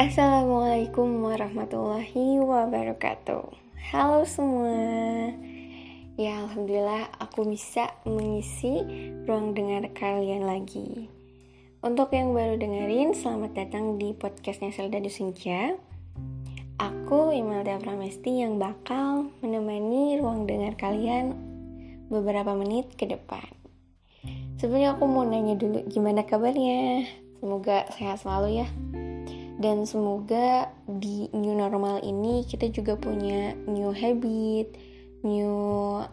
Assalamualaikum warahmatullahi wabarakatuh. Halo semua. Ya, alhamdulillah aku bisa mengisi ruang dengar kalian lagi. Untuk yang baru dengerin, selamat datang di podcastnya Selda Dusinja. Aku Imelda Pramesti yang bakal menemani ruang dengar kalian beberapa menit ke depan. Sebelumnya aku mau nanya dulu, gimana kabarnya? Semoga sehat selalu ya. Dan semoga di new normal ini kita juga punya new habit, new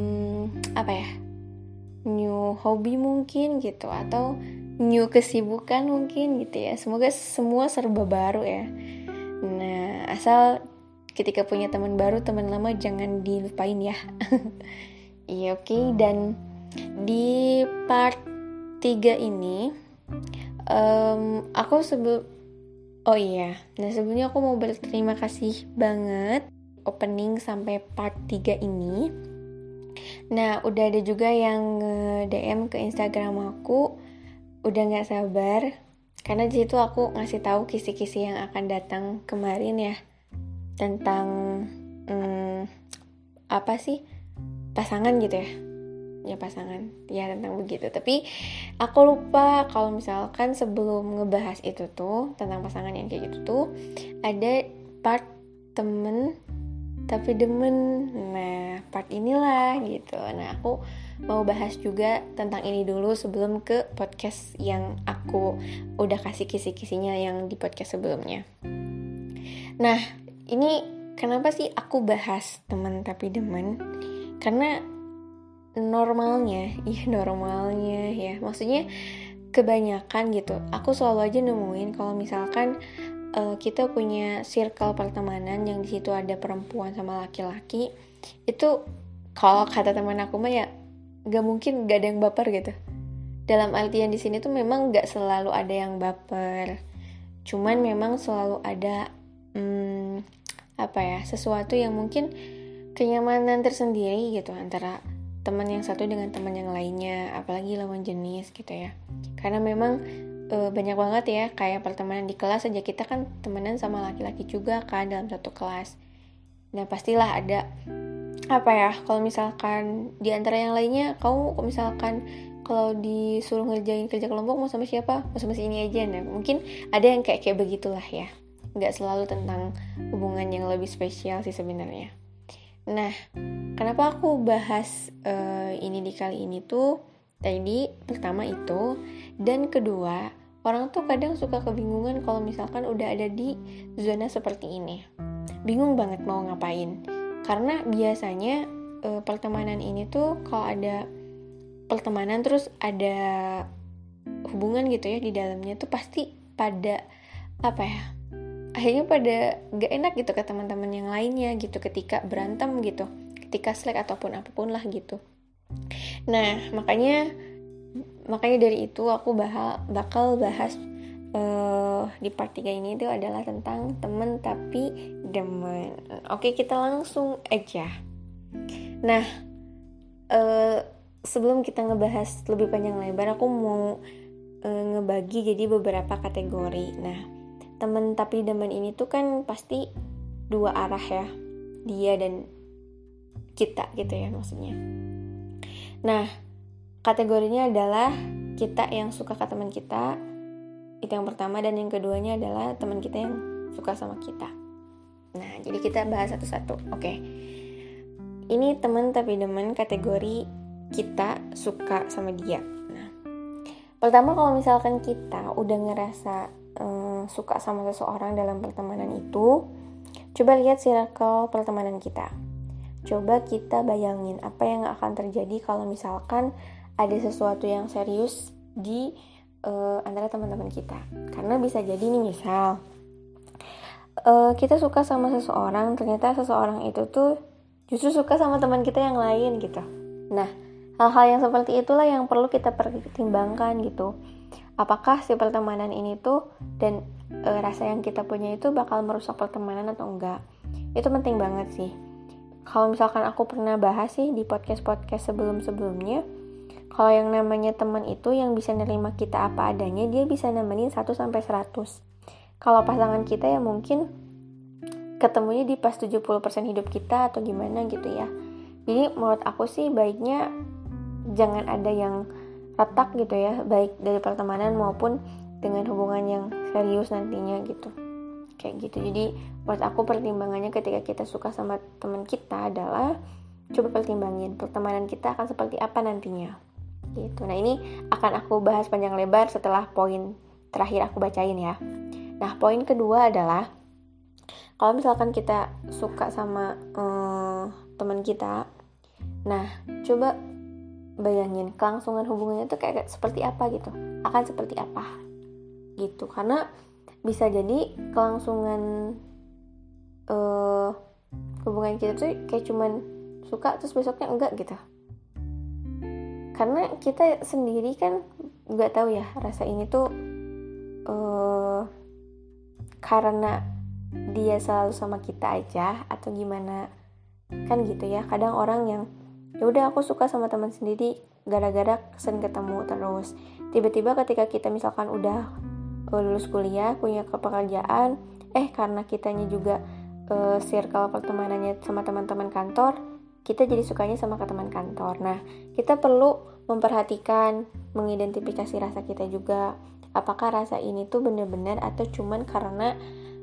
new hobi mungkin gitu, atau new kesibukan mungkin gitu ya. Semoga semua serba baru ya. Nah, asal ketika punya teman baru, teman lama jangan dilupain ya. Iya, oke. Dan di part 3 ini aku Oh iya, nah sebelumnya aku mau berterima kasih banget opening sampai part 3 ini. Nah, udah ada juga yang DM ke Instagram aku, udah gak sabar, karena di situ aku ngasih tahu kisi-kisi yang akan datang kemarin ya, tentang pasangan gitu ya, pasangan ya, tentang begitu. Tapi aku lupa kalau misalkan sebelum ngebahas itu tuh tentang pasangan yang kayak gitu tuh ada part temen tapi demen. Nah, part inilah gitu. Nah, aku mau bahas juga tentang ini dulu sebelum ke podcast yang aku udah kasih kisi-kisinya yang di podcast sebelumnya. Nah, ini kenapa sih aku bahas temen tapi demen? Karena normalnya ya, maksudnya kebanyakan gitu, aku selalu aja nemuin kalau misalkan kita punya circle pertemanan yang di situ ada perempuan sama laki-laki, itu kalau kata teman aku mah ya gak mungkin gak ada yang baper gitu. Dalam artian di sini tuh memang gak selalu ada yang baper, cuman memang selalu ada sesuatu yang mungkin kenyamanan tersendiri gitu antara teman yang satu dengan teman yang lainnya, apalagi lawan jenis gitu ya. Karena memang banyak banget ya kayak pertemanan di kelas aja, kita kan temenan sama laki-laki juga kan dalam satu kelas. Nah, pastilah ada kalau misalkan di antara yang lainnya kamu misalkan kalau disuruh ngerjain kerja kelompok mau sama siapa? Mau sama si ini aja. Nah, mungkin ada yang kayak begitulah ya. Nggak selalu tentang hubungan yang lebih spesial sih sebenarnya. Nah, kenapa aku bahas ini di kali ini tuh? Tadi pertama itu, dan kedua, orang tuh kadang suka kebingungan kalau misalkan udah ada di zona seperti ini. Bingung banget mau ngapain. Karena biasanya pertemanan ini tuh kalau ada pertemanan terus ada hubungan gitu ya di dalamnya tuh pasti pada akhirnya pada gak enak gitu ke teman-teman yang lainnya gitu ketika berantem gitu, ketika slack ataupun apapun lah gitu. Nah, makanya dari itu aku bakal bahas di part 3 ini itu adalah tentang temen tapi demen. Oke, kita langsung aja. Nah, sebelum kita ngebahas lebih panjang lebar, aku mau ngebagi jadi beberapa kategori. Nah, temen tapi demen ini tuh kan pasti dua arah ya, dia dan kita gitu ya maksudnya. Nah, kategorinya adalah kita yang suka ke teman kita, itu yang pertama, dan yang keduanya adalah teman kita yang suka sama kita. Nah, jadi kita bahas satu-satu. Oke. Ini teman tapi demen kategori kita suka sama dia. Nah, pertama kalau misalkan kita udah ngerasa suka sama seseorang dalam pertemanan itu, coba lihat circle pertemanan kita. Coba kita bayangin apa yang akan terjadi kalau misalkan ada sesuatu yang serius di antara teman-teman kita. Karena bisa jadi nih, misal kita suka sama seseorang, ternyata seseorang itu tuh justru suka sama teman kita yang lain gitu. Nah, hal-hal yang seperti itulah yang perlu kita pertimbangkan gitu. Apakah si pertemanan ini tuh dan rasa yang kita punya itu bakal merusak pertemanan atau enggak? Itu penting banget sih. Kalau misalkan aku pernah bahas sih di podcast-podcast sebelum-sebelumnya, kalau yang namanya teman itu yang bisa nerima kita apa adanya, dia bisa nemenin 1-100. Kalau pasangan kita ya mungkin ketemunya di pas 70% hidup kita atau gimana gitu ya. Jadi menurut aku sih baiknya jangan ada yang retak gitu ya, baik dari pertemanan maupun dengan hubungan yang serius nantinya gitu. Kayak gitu. Jadi menurut aku pertimbangannya ketika kita suka sama teman kita adalah coba pertimbangin pertemanan kita akan seperti apa nantinya gitu. Nah ini akan aku bahas panjang lebar setelah poin terakhir aku bacain ya. Nah poin kedua adalah kalau misalkan kita suka sama teman kita, nah coba bayangin kelangsungan hubungannya tuh kayak seperti apa gitu, akan seperti apa gitu. Karena bisa jadi kelangsungan hubungan kita tuh kayak cuman suka terus besoknya enggak gitu. Karena kita sendiri kan nggak tahu ya rasa ini tuh karena dia selalu sama kita aja atau gimana, kan gitu ya. Kadang orang yang ya udah aku suka sama teman sendiri gara-gara sering ketemu terus, tiba-tiba ketika kita misalkan udah lulus kuliah punya pekerjaan, karena kitanya juga circle pertemanannya sama teman-teman kantor, kita jadi sukanya sama ke teman kantor. Nah kita perlu memperhatikan, mengidentifikasi rasa kita juga, apakah rasa ini tuh benar-benar atau cuman karena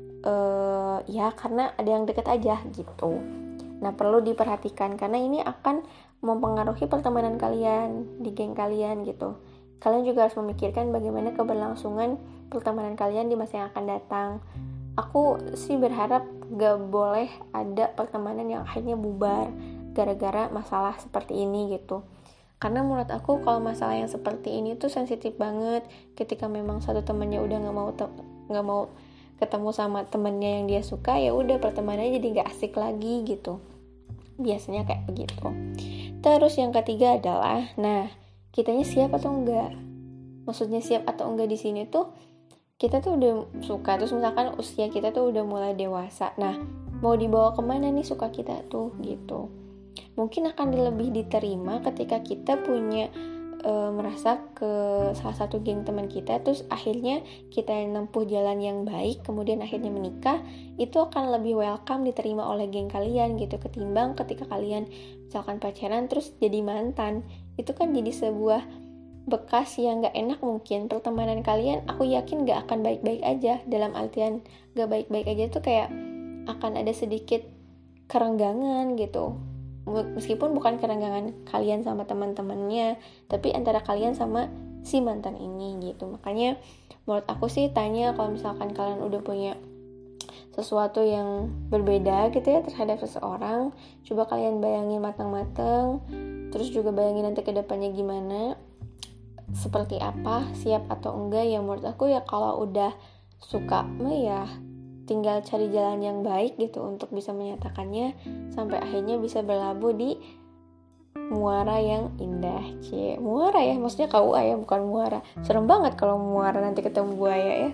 karena ada yang deket aja gitu. Nah perlu diperhatikan karena ini akan mempengaruhi pertemanan kalian di geng kalian gitu. Kalian juga harus memikirkan bagaimana keberlangsungan pertemanan kalian di masa yang akan datang. Aku sih berharap gak boleh ada pertemanan yang akhirnya bubar gara-gara masalah seperti ini gitu. Karena menurut aku kalau masalah yang seperti ini tuh sensitif banget. Ketika memang satu temannya udah nggak mau ketemu sama temennya yang dia suka, ya udah pertemanannya jadi nggak asik lagi gitu. Biasanya kayak begitu. Terus yang ketiga adalah, nah kitanya siap atau enggak? Maksudnya siap atau enggak di sini tuh kita tuh udah suka, terus misalkan usia kita tuh udah mulai dewasa. Nah mau dibawa kemana nih suka kita tuh gitu. Mungkin akan lebih diterima ketika kita punya merasa ke salah satu geng teman kita, terus akhirnya kita menempuh jalan yang baik, kemudian akhirnya menikah, itu akan lebih welcome diterima oleh geng kalian gitu, ketimbang ketika kalian misalkan pacaran terus jadi mantan. Itu kan jadi sebuah bekas yang gak enak. Mungkin pertemanan kalian aku yakin gak akan baik-baik aja. Dalam artian gak baik-baik aja tuh kayak akan ada sedikit kerenggangan gitu. Meskipun bukan kerenggangan kalian sama teman-temannya, tapi antara kalian sama si mantan ini gitu. Makanya menurut aku sih tanya kalau misalkan kalian udah punya sesuatu yang berbeda gitu ya terhadap seseorang, coba kalian bayangin matang-matang, terus juga bayangin nanti ke depannya gimana, seperti apa, siap atau enggak. Ya menurut aku ya kalau udah suka mah ya tinggal cari jalan yang baik gitu untuk bisa menyatakannya sampai akhirnya bisa berlabuh di muara yang indah. Muara ya, maksudnya KUA ya, bukan muara. Serem banget kalau muara nanti ketemu buaya ya.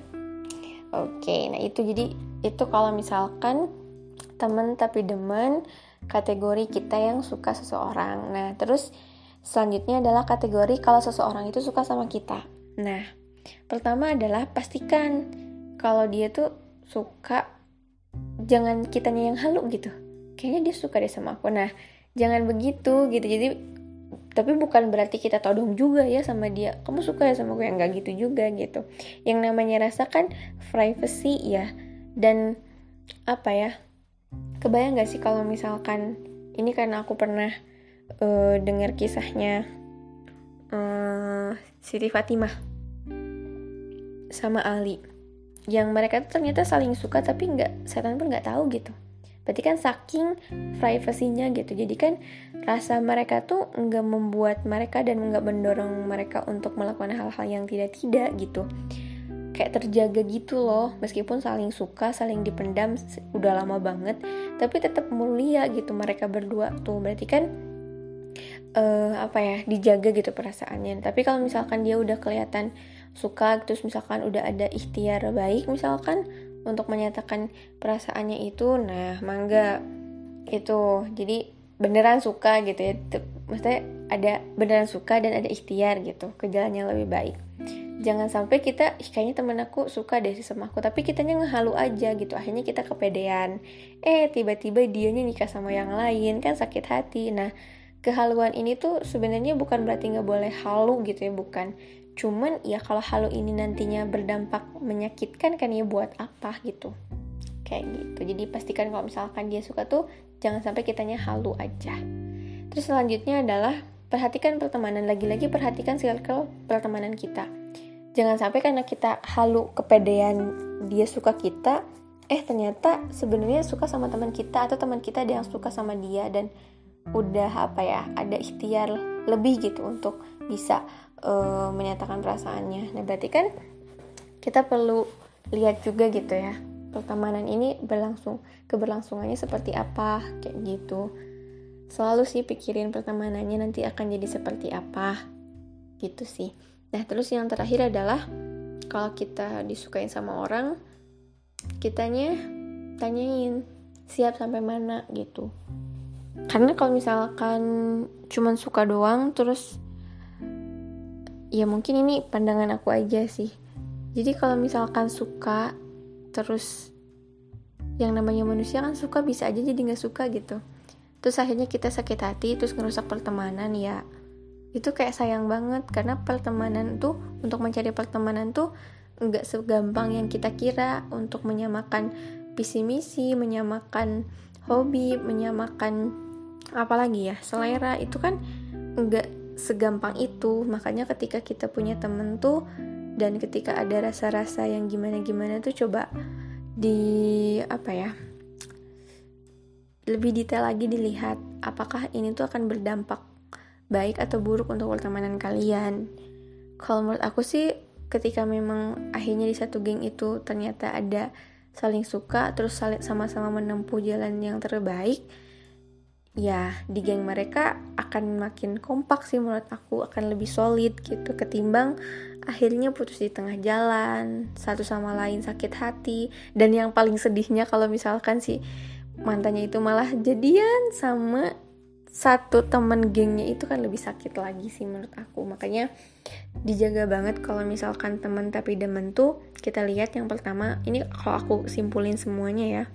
Oke, nah itu jadi itu kalau misalkan teman tapi demen, kategori kita yang suka seseorang. Nah terus selanjutnya adalah kategori kalau seseorang itu suka sama kita. Nah pertama adalah pastikan kalau dia tuh suka, jangan kitanya yang halu gitu, kayaknya dia suka deh sama aku. Nah jangan begitu gitu. Jadi tapi bukan berarti kita todong juga ya sama dia, kamu suka ya sama gue, enggak gitu juga gitu. Yang namanya rasa kan privacy ya. Dan apa ya, kebayang gak sih kalau misalkan ini, karena aku pernah dengar kisahnya Siti Fatimah sama Ali, yang mereka tuh ternyata saling suka tapi setan pun nggak tahu gitu. Berarti kan saking privasinya gitu. Jadi kan rasa mereka tuh nggak membuat mereka dan nggak mendorong mereka untuk melakukan hal-hal yang tidak gitu. Kayak terjaga gitu loh. Meskipun saling suka, saling dipendam udah lama banget, tapi tetap mulia gitu mereka berdua tuh. Berarti kan dijaga gitu perasaannya. Tapi kalau misalkan dia udah kelihatan suka, terus misalkan udah ada ikhtiar baik misalkan untuk menyatakan perasaannya itu, nah mangga itu jadi beneran suka gitu ya. Maksudnya ada beneran suka dan ada ikhtiar gitu ke jalan yang lebih baik. Jangan sampai kita, kayaknya temen aku suka deh sama aku, tapi kitanya ngehalu aja gitu, akhirnya kita kepedean. Tiba-tiba dianya nikah sama yang lain, kan sakit hati. Nah, kehaluan ini tuh sebenarnya bukan berarti nggak boleh halu gitu ya, bukan. Cuman ya kalau halu ini nantinya berdampak menyakitkan kan ya buat apa gitu. Kayak gitu. Jadi pastikan kalau misalkan dia suka tuh jangan sampai kitanya halu aja. Terus selanjutnya adalah perhatikan pertemanan. Lagi-lagi perhatikan circle pertemanan kita. Jangan sampai karena kita halu kepedean dia suka kita, ternyata sebenarnya suka sama teman kita, atau teman kita ada yang suka sama dia dan udah ada ikhtiar lebih gitu untuk bisa menyatakan perasaannya. Nah berarti kan kita perlu lihat juga gitu ya, pertemanan ini keberlangsungannya seperti apa, kayak gitu. Selalu sih pikirin pertemanannya nanti akan jadi seperti apa, gitu sih. Nah terus yang terakhir adalah kalau kita disukain sama orang, kitanya tanyain siap sampai mana gitu. Karena kalau misalkan cuman suka doang terus, ya mungkin ini pandangan aku aja sih. Jadi kalau misalkan suka terus, yang namanya manusia kan suka bisa aja jadi gak suka gitu. Terus akhirnya kita sakit hati, terus ngerusak pertemanan, ya itu kayak sayang banget. Karena pertemanan tuh, untuk mencari pertemanan tuh gak segampang yang kita kira. Untuk menyamakan visi misi, menyamakan hobi, menyamakan apalagi ya, selera, itu kan gak segampang itu. Makanya ketika kita punya temen tuh, dan ketika ada rasa-rasa yang gimana-gimana tuh, coba lebih detail lagi dilihat apakah ini tuh akan berdampak baik atau buruk untuk pertemanan kalian. Kalau menurut aku sih, ketika memang akhirnya di satu geng itu ternyata ada saling suka, terus sama-sama menempuh jalan yang terbaik, ya di geng mereka akan makin kompak sih menurut aku, akan lebih solid gitu, ketimbang akhirnya putus di tengah jalan, satu sama lain sakit hati. Dan yang paling sedihnya kalau misalkan si mantannya itu malah jadian sama satu temen gengnya, itu kan lebih sakit lagi sih menurut aku. Makanya dijaga banget kalau misalkan temen tapi demen tuh. Kita lihat yang pertama, ini kalau aku simpulin semuanya ya,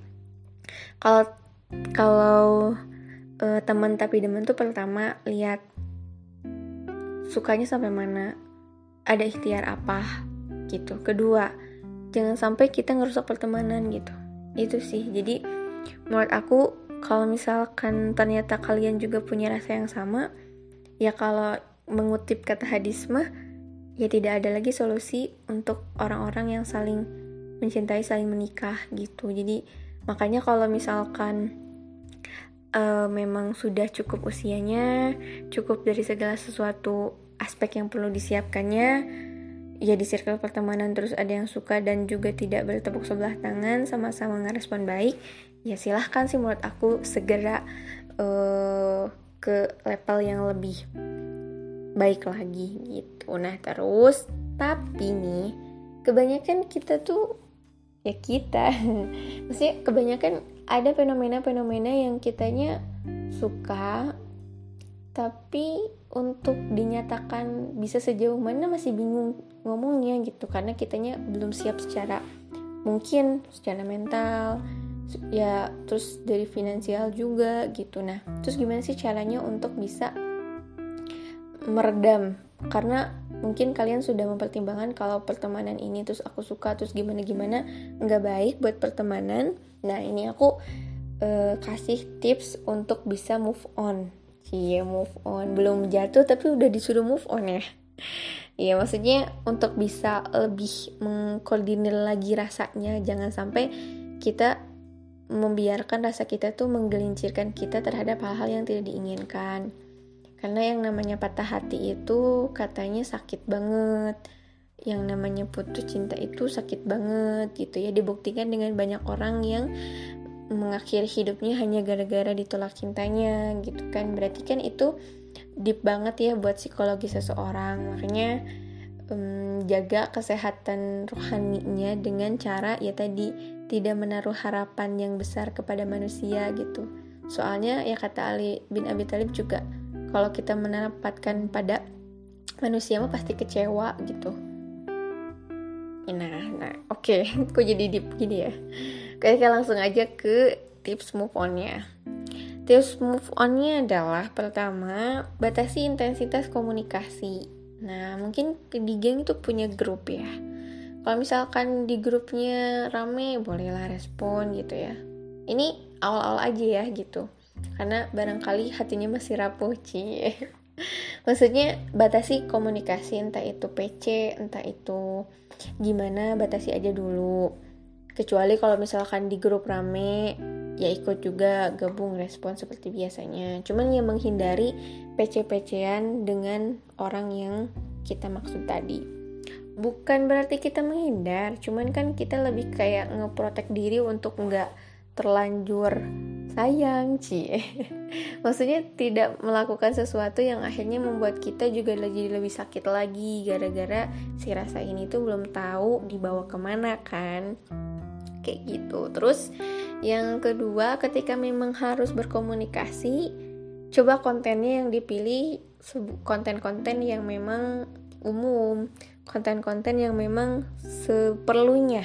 kalau teman tapi demen tuh pertama lihat sukanya sampai mana, ada ikhtiar apa gitu. Kedua, jangan sampai kita ngerusak pertemanan gitu. Itu sih. Jadi menurut aku, kalau misalkan ternyata kalian juga punya rasa yang sama, ya kalau mengutip kata hadis mah, ya tidak ada lagi solusi untuk orang-orang yang saling mencintai, saling menikah gitu. Jadi makanya kalau misalkan memang sudah cukup usianya, cukup dari segala sesuatu aspek yang perlu disiapkannya, ya di circle pertemanan terus ada yang suka dan juga tidak bertepuk sebelah tangan, sama-sama ngerespon baik, ya silahkan sih menurut aku segera ke level yang lebih baik lagi gitu. Nah terus, tapi nih kebanyakan kita tuh, ya kita maksudnya kebanyakan ada fenomena-fenomena yang kitanya suka, tapi untuk dinyatakan bisa sejauh mana masih bingung ngomongnya gitu, karena kitanya belum siap secara mental, ya terus dari finansial juga gitu. Nah terus gimana sih caranya untuk bisa meredam? Karena mungkin kalian sudah mempertimbangkan kalau pertemanan ini terus aku suka terus gimana-gimana nggak baik buat pertemanan. Nah ini aku kasih tips untuk bisa move on. Move on, belum jatuh tapi udah disuruh move on ya. Ya maksudnya untuk bisa lebih mengkoordinir lagi rasanya, jangan sampai kita membiarkan rasa kita tuh menggelincirkan kita terhadap hal-hal yang tidak diinginkan. Karena yang namanya patah hati itu katanya sakit banget. Yang namanya putus cinta itu sakit banget gitu ya. Dibuktikan dengan banyak orang yang mengakhiri hidupnya hanya gara-gara ditolak cintanya gitu kan. Berarti kan itu deep banget ya buat psikologi seseorang. Makanya jaga kesehatan rohaninya dengan cara ya tadi, tidak menaruh harapan yang besar kepada manusia gitu. Soalnya ya kata Ali bin Abi Thalib juga, kalau kita menempatkan pada manusia mah pasti kecewa gitu. Nah, oke. Kok jadi deep gini ya? Kita langsung aja ke tips move on-nya. Tips move on-nya adalah pertama, batasi intensitas komunikasi. Nah, mungkin di geng itu punya grup ya. Kalau misalkan di grupnya rame, bolehlah respon gitu ya. Ini awal-awal aja ya gitu. Karena barangkali hatinya masih rapuh, Ci. Maksudnya batasi komunikasi, entah itu PC, entah itu gimana, batasi aja dulu. Kecuali kalau misalkan di grup rame, ya ikut juga gabung respon seperti biasanya. Cuman ya menghindari PC-PC-an dengan orang yang kita maksud tadi. Bukan berarti kita menghindar, cuman kan kita lebih kayak ngeprotek diri untuk nggak terlanjur sayang, Maksudnya tidak melakukan sesuatu yang akhirnya membuat kita juga jadi lebih sakit lagi gara-gara si rasa ini tuh belum tahu dibawa kemana kan. Kayak gitu. Terus yang kedua, ketika memang harus berkomunikasi, coba kontennya yang dipilih konten-konten yang memang umum, konten-konten yang memang seperlunya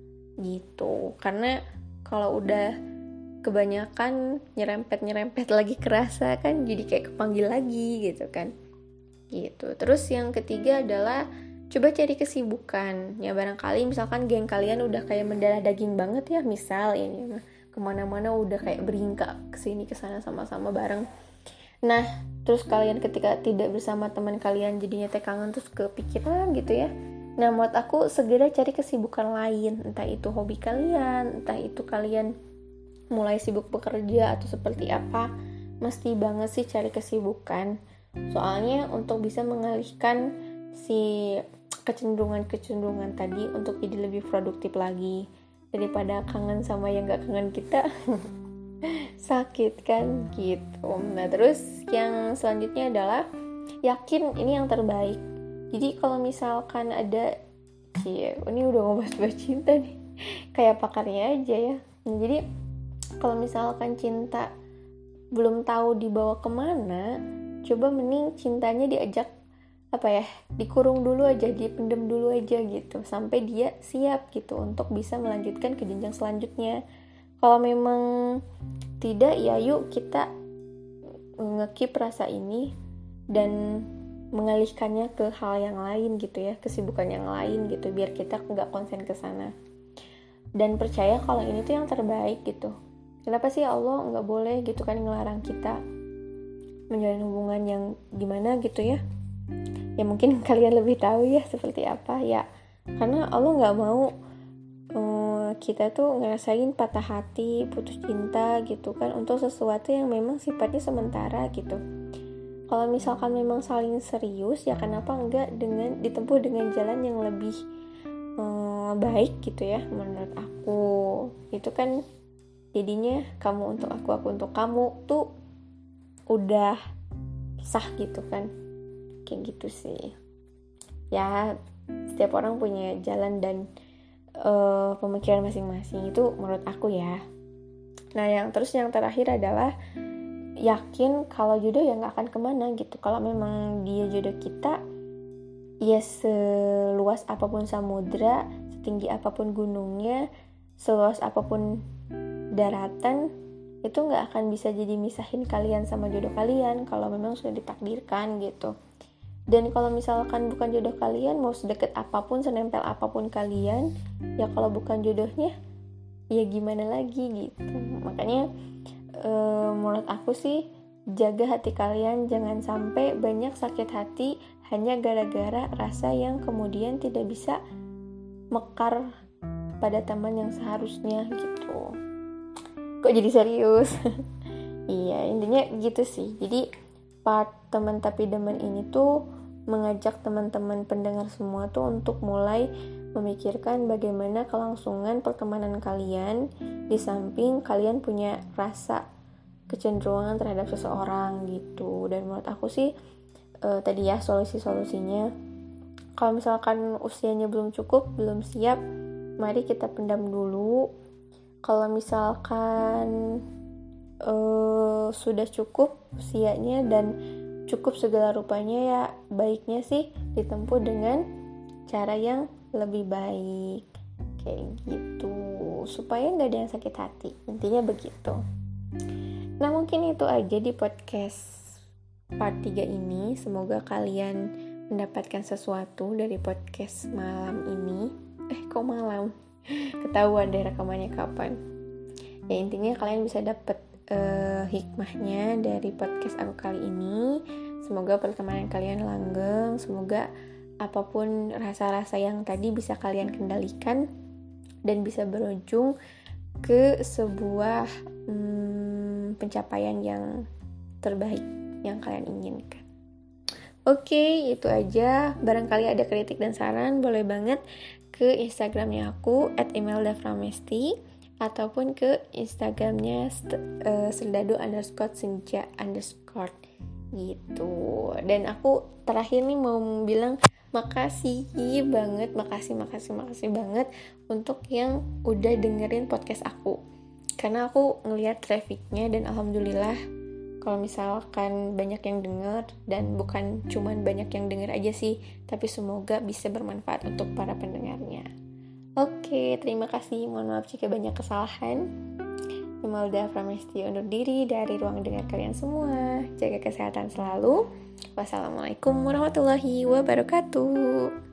gitu. Karena kalau udah kebanyakan nyerempet lagi kerasa kan jadi kayak kepanggil lagi gitu kan. Gitu. Terus yang ketiga adalah coba cari kesibukan. Ya barangkali misalkan geng kalian udah kayak mendarah daging banget ya, misal ini kemana-mana udah kayak beringkak kesini kesana sama-sama bareng. Nah, terus kalian ketika tidak bersama teman kalian jadinya kangen terus kepikiran gitu ya. Nah, menurut aku segera cari kesibukan lain, entah itu hobi kalian, entah itu kalian mulai sibuk bekerja atau seperti apa. Mesti banget sih cari kesibukan. Soalnya untuk bisa mengalihkan si kecenderungan tadi untuk jadi lebih produktif lagi daripada kangen sama yang gak kangen kita. Sakit kan gitu. Nah terus yang selanjutnya adalah yakin ini yang terbaik. Jadi kalau misalkan ada ini udah ngebahas cinta nih kayak pakarnya aja ya. Nah, jadi kalau misalkan cinta belum tahu dibawa kemana, coba mending cintanya diajak dikurung dulu aja, dipendam dulu aja gitu sampai dia siap gitu untuk bisa melanjutkan ke jenjang selanjutnya. Kalau memang tidak, ya yuk kita nge-keep rasa ini dan mengalihkannya ke hal yang lain gitu ya, kesibukan yang lain gitu, biar kita nggak konsen ke sana. Dan percaya kalau ini tuh yang terbaik gitu. Kenapa sih Allah nggak boleh gitu kan ngelarang kita menjalin hubungan yang gimana gitu ya? Ya mungkin kalian lebih tahu ya seperti apa ya. Karena Allah nggak mau kita tuh ngerasain patah hati, putus cinta gitu kan untuk sesuatu yang memang sifatnya sementara gitu. Kalau misalkan memang saling serius, ya kenapa enggak ditempuh dengan jalan yang lebih baik gitu ya menurut aku. Itu kan jadinya kamu untuk aku untuk kamu tuh udah sah gitu kan. Kayak gitu sih. Ya setiap orang punya jalan dan pemikiran masing-masing, itu menurut aku ya. Nah yang terakhir adalah yakin kalau jodoh ya gak akan kemana gitu. Kalau memang dia jodoh kita, ya seluas apapun samudra, setinggi apapun gunungnya, seluas apapun daratan, itu gak akan bisa jadi misahin kalian sama jodoh kalian kalau memang sudah ditakdirkan gitu. Dan kalau misalkan bukan jodoh kalian, mau sedekat apapun, senempel apapun kalian, ya kalau bukan jodohnya, ya gimana lagi gitu. Makanya menurut aku sih, jaga hati kalian, jangan sampai banyak sakit hati hanya gara-gara rasa yang kemudian tidak bisa mekar pada teman yang seharusnya gitu. Kok jadi serius? Iya, intinya gitu sih. Jadi part teman tapi demen ini tuh mengajak teman-teman pendengar semua tuh untuk mulai memikirkan bagaimana kelangsungan pertemanan kalian di samping kalian punya rasa kecenderungan terhadap seseorang gitu. Dan menurut aku sih tadi ya solusi-solusinya, kalau misalkan usianya belum cukup, belum siap, mari kita pendam dulu. Kalau misalkan sudah cukup usianya dan cukup segala rupanya, ya baiknya sih ditempuh dengan cara yang lebih baik, kayak gitu, supaya nggak ada yang sakit hati, intinya begitu. Nah mungkin itu aja di podcast part 3 ini. Semoga kalian mendapatkan sesuatu dari podcast malam ini. Kok malam? Ketahuan deh rekamannya kapan. Ya intinya kalian bisa dapet hikmahnya dari podcast aku kali ini. Semoga pertemanan kalian langgeng. Semoga apapun rasa-rasa yang tadi bisa kalian kendalikan dan bisa berujung ke sebuah pencapaian yang terbaik yang kalian inginkan. Oke, itu aja. Barangkali ada kritik dan saran, boleh banget ke Instagramnya aku @imeldaframesti ataupun ke Instagramnya @serdadu_senja_ gitu. Dan aku terakhir nih mau bilang makasih banget, makasih banget untuk yang udah dengerin podcast aku. Karena aku ngelihat trafficnya dan alhamdulillah kalau misalkan banyak yang denger, dan bukan cuman banyak yang denger aja sih, tapi semoga bisa bermanfaat untuk para pendengarnya. Oke, terima kasih. Mohon maaf jika banyak kesalahan. Imelda Pramesti undur diri dari ruang dengar kalian semua. Jaga kesehatan selalu. Wassalamualaikum warahmatullahi wabarakatuh.